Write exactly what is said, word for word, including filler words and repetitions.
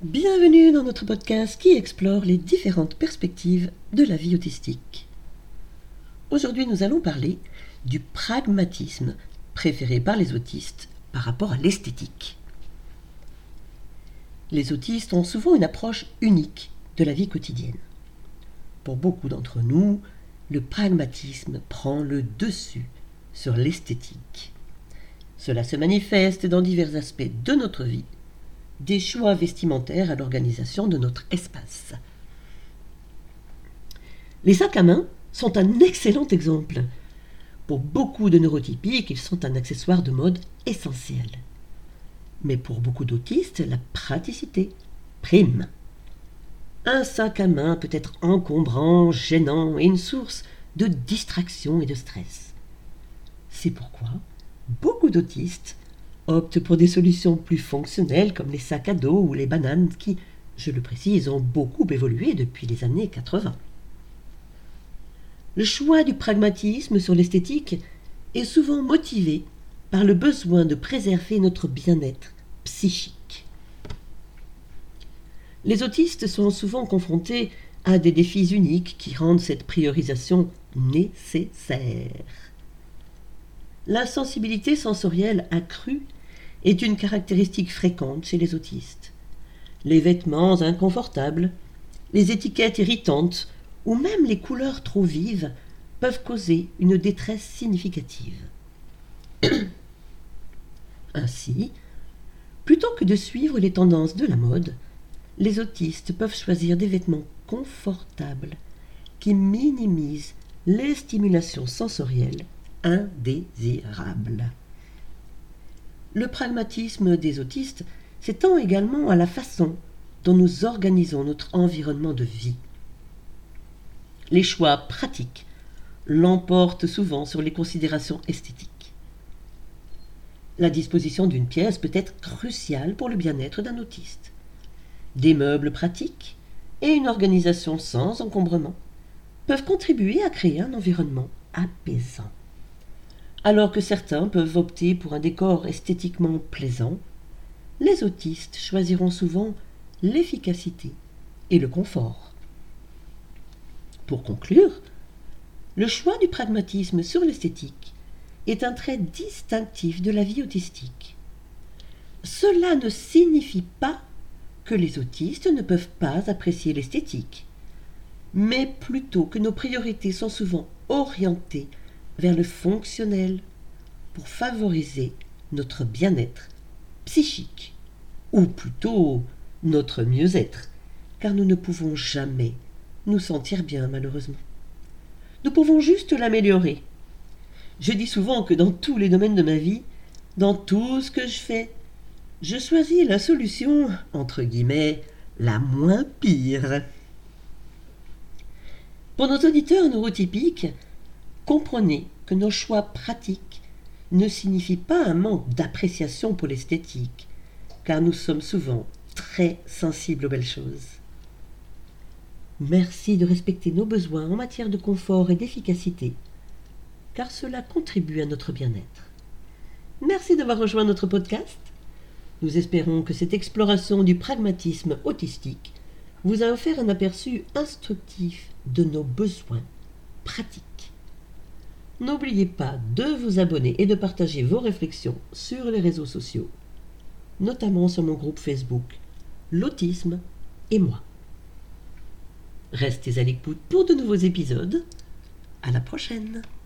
Bienvenue dans notre podcast qui explore les différentes perspectives de la vie autistique. Aujourd'hui, nous allons parler du pragmatisme préféré par les autistes par rapport à l'esthétique. Les autistes ont souvent une approche unique de la vie quotidienne. Pour beaucoup d'entre nous, le pragmatisme prend le dessus sur l'esthétique. Cela se manifeste dans divers aspects de notre vie, des choix vestimentaires à l'organisation de notre espace. Les sacs à main sont un excellent exemple. Pour beaucoup de neurotypiques, ils sont un accessoire de mode essentiel. Mais pour beaucoup d'autistes, la praticité prime. Un sac à main peut être encombrant, gênant et une source de distraction et de stress. C'est pourquoi beaucoup d'autistes optent pour des solutions plus fonctionnelles comme les sacs à dos ou les bananes qui, je le précise, ont beaucoup évolué depuis les années quatre-vingts. Le choix du pragmatisme sur l'esthétique est souvent motivé par le besoin de préserver notre bien-être psychique. Les autistes sont souvent confrontés à des défis uniques qui rendent cette priorisation nécessaire. La sensibilité sensorielle accrue est une caractéristique fréquente chez les autistes. Les vêtements inconfortables, les étiquettes irritantes ou même les couleurs trop vives peuvent causer une détresse significative. Ainsi, plutôt que de suivre les tendances de la mode, les autistes peuvent choisir des vêtements confortables qui minimisent les stimulations sensorielles indésirables. Le pragmatisme des autistes s'étend également à la façon dont nous organisons notre environnement de vie. Les choix pratiques l'emportent souvent sur les considérations esthétiques. La disposition d'une pièce peut être cruciale pour le bien-être d'un autiste. Des meubles pratiques et une organisation sans encombrement peuvent contribuer à créer un environnement apaisant. Alors que certains peuvent opter pour un décor esthétiquement plaisant, les autistes choisiront souvent l'efficacité et le confort. Pour conclure, le choix du pragmatisme sur l'esthétique est un trait distinctif de la vie autistique. Cela ne signifie pas que les autistes ne peuvent pas apprécier l'esthétique, mais plutôt que nos priorités sont souvent orientées vers le fonctionnel pour favoriser notre bien-être psychique, ou plutôt notre mieux-être, car nous ne pouvons jamais nous sentir bien malheureusement. Nous pouvons juste l'améliorer. Je dis souvent que dans tous les domaines de ma vie, dans tout ce que je fais, je choisis la solution, entre guillemets, la moins pire. Pour nos auditeurs neurotypiques, comprenez que nos choix pratiques ne signifient pas un manque d'appréciation pour l'esthétique, car nous sommes souvent très sensibles aux belles choses. Merci de respecter nos besoins en matière de confort et d'efficacité, car cela contribue à notre bien-être. Merci d'avoir rejoint notre podcast. Nous espérons que cette exploration du pragmatisme autistique vous a offert un aperçu instructif de nos besoins pratiques. N'oubliez pas de vous abonner et de partager vos réflexions sur les réseaux sociaux, notamment sur mon groupe Facebook, l'autisme et moi. Restez à l'écoute pour de nouveaux épisodes. À la prochaine!